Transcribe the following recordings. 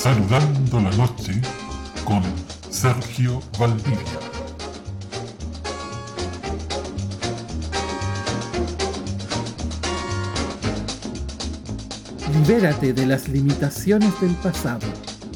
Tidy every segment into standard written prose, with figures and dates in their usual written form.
Saludando la noche con Sergio Valdivia. Libérate de las limitaciones del pasado.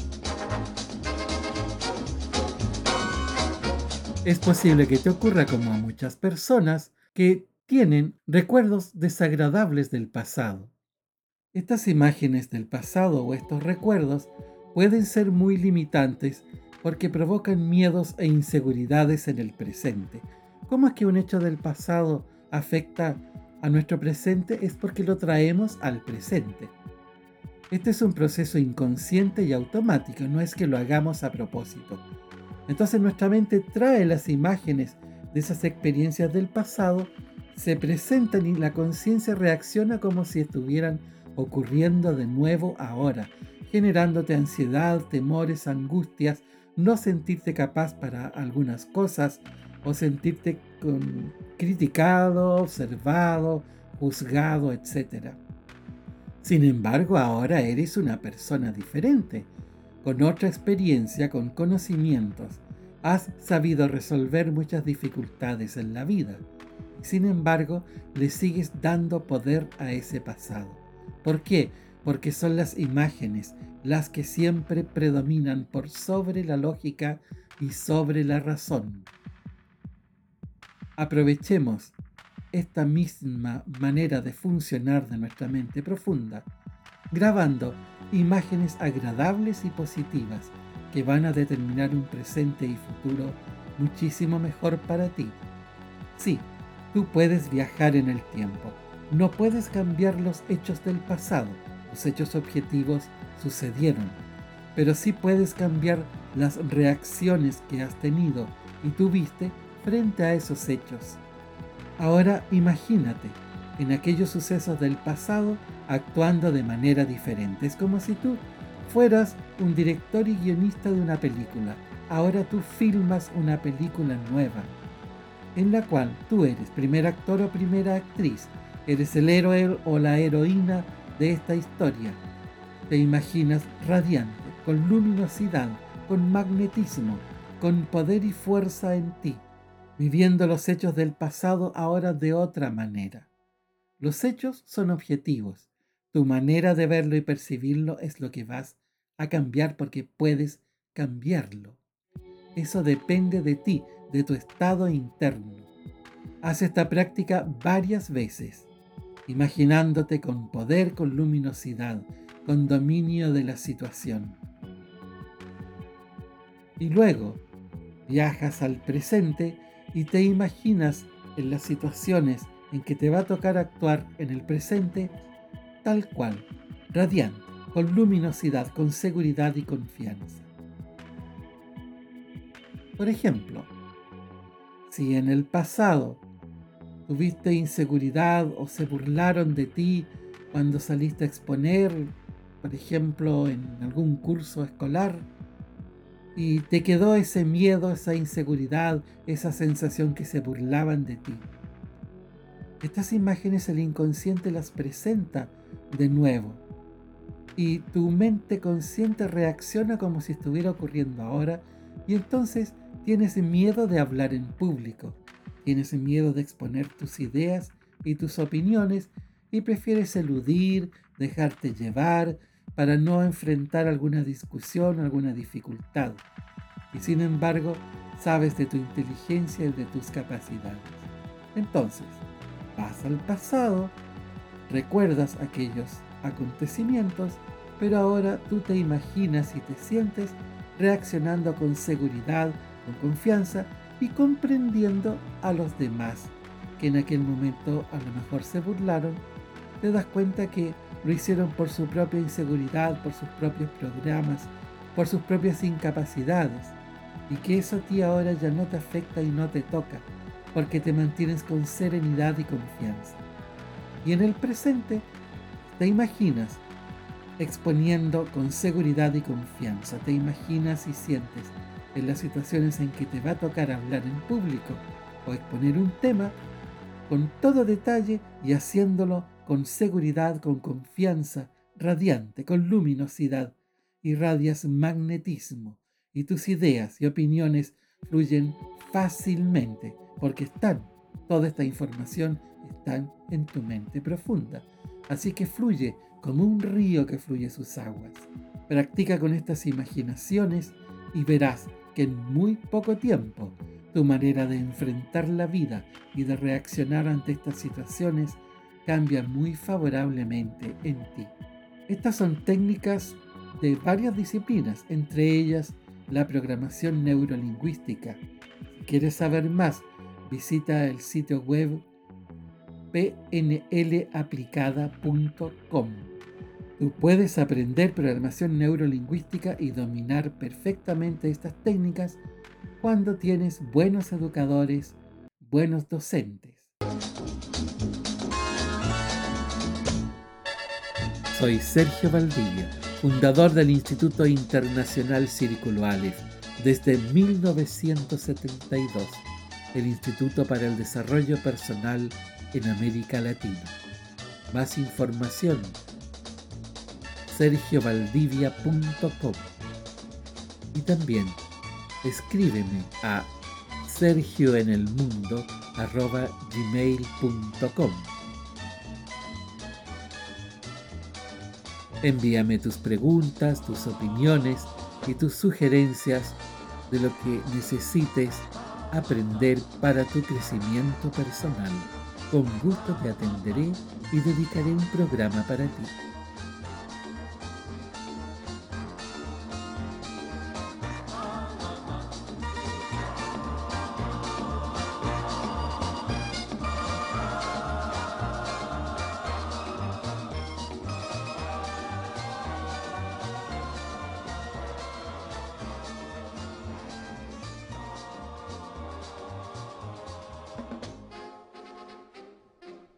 Es posible que te ocurra como a muchas personas que tienen recuerdos desagradables del pasado. Estas imágenes del pasado o estos recuerdos pueden ser muy limitantes porque provocan miedos e inseguridades en el presente. ¿Cómo es que un hecho del pasado afecta a nuestro presente? Es porque lo traemos al presente. Este es un proceso inconsciente y automático, no es que lo hagamos a propósito. Entonces nuestra mente trae las imágenes de esas experiencias del pasado, se presentan y la conciencia reacciona como si estuvieran ocurriendo de nuevo ahora, generándote ansiedad, temores, angustias, no sentirte capaz para algunas cosas o sentirte criticado, observado, juzgado, etc. Sin embargo, ahora eres una persona diferente, con otra experiencia, con conocimientos. Has sabido resolver muchas dificultades en la vida. Sin embargo, le sigues dando poder a ese pasado. ¿Por qué? Porque son las imágenes las que siempre predominan por sobre la lógica y sobre la razón. Aprovechemos esta misma manera de funcionar de nuestra mente profunda, grabando imágenes agradables y positivas que van a determinar un presente y futuro muchísimo mejor para ti. Sí, tú puedes viajar en el tiempo, no puedes cambiar los hechos del pasado, los hechos objetivos sucedieron, pero sí puedes cambiar las reacciones que has tenido y tuviste frente a esos hechos. Ahora imagínate en aquellos sucesos del pasado actuando de manera diferente. Es como si tú fueras un director y guionista de una película. Ahora tú filmas una película nueva, en la cual tú eres primer actor o primera actriz, eres el héroe o la heroína de esta historia. Te imaginas radiante, con luminosidad, con magnetismo, con poder y fuerza en ti, viviendo los hechos del pasado ahora de otra manera. Los hechos son objetivos. Tu manera de verlo y percibirlo es lo que vas a cambiar porque puedes cambiarlo. Eso depende de ti, de tu estado interno. Haz esta práctica varias veces, imaginándote con poder, con luminosidad, con dominio de la situación. Y luego viajas al presente y te imaginas en las situaciones en que te va a tocar actuar en el presente tal cual, radiante, con luminosidad, con seguridad y confianza. Por ejemplo, si en el pasado tuviste inseguridad o se burlaron de ti cuando saliste a exponer, por ejemplo, en algún curso escolar, y te quedó ese miedo, esa inseguridad, esa sensación que se burlaban de ti. Estas imágenes el inconsciente las presenta de nuevo y tu mente consciente reacciona como si estuviera ocurriendo ahora y entonces tienes miedo de hablar en público, tienes miedo de exponer tus ideas y tus opiniones y prefieres eludir, dejarte llevar para no enfrentar alguna discusión o alguna dificultad. Y sin embargo, sabes de tu inteligencia y de tus capacidades. Entonces, vas al pasado, recuerdas aquellos acontecimientos, pero ahora tú te imaginas y te sientes reaccionando con seguridad, con confianza y comprendiendo a los demás que en aquel momento a lo mejor se burlaron. Te das cuenta que lo hicieron por su propia inseguridad, por sus propios programas, por sus propias incapacidades, y que eso a ti ahora ya no te afecta y no te toca, porque te mantienes con serenidad y confianza. Y en el presente te imaginas exponiendo con seguridad y confianza, te imaginas y sientes en las situaciones en que te va a tocar hablar en público o exponer un tema con todo detalle y haciéndolo con seguridad, con confianza, radiante, con luminosidad, irradias magnetismo y tus ideas y opiniones fluyen fácilmente porque toda esta información está en tu mente profunda. Así que fluye como un río que fluye sus aguas. Practica con estas imaginaciones y verás que en muy poco tiempo tu manera de enfrentar la vida y de reaccionar ante estas situaciones cambia muy favorablemente en ti. Estas son técnicas de varias disciplinas, entre ellas la programación neurolingüística. Si quieres saber más, visita el sitio web pnlaplicada.com. Tú puedes aprender programación neurolingüística y dominar perfectamente estas técnicas cuando tienes buenos educadores, buenos docentes. Soy Sergio Valdivia, fundador del Instituto Internacional Círculo Aleph desde 1972, el Instituto para el Desarrollo Personal en América Latina. Más información, sergiovaldivia.com, y también escríbeme a sergioenelmundo@gmail.com. Envíame tus preguntas, tus opiniones y tus sugerencias de lo que necesites aprender para tu crecimiento personal. Con gusto te atenderé y dedicaré un programa para ti.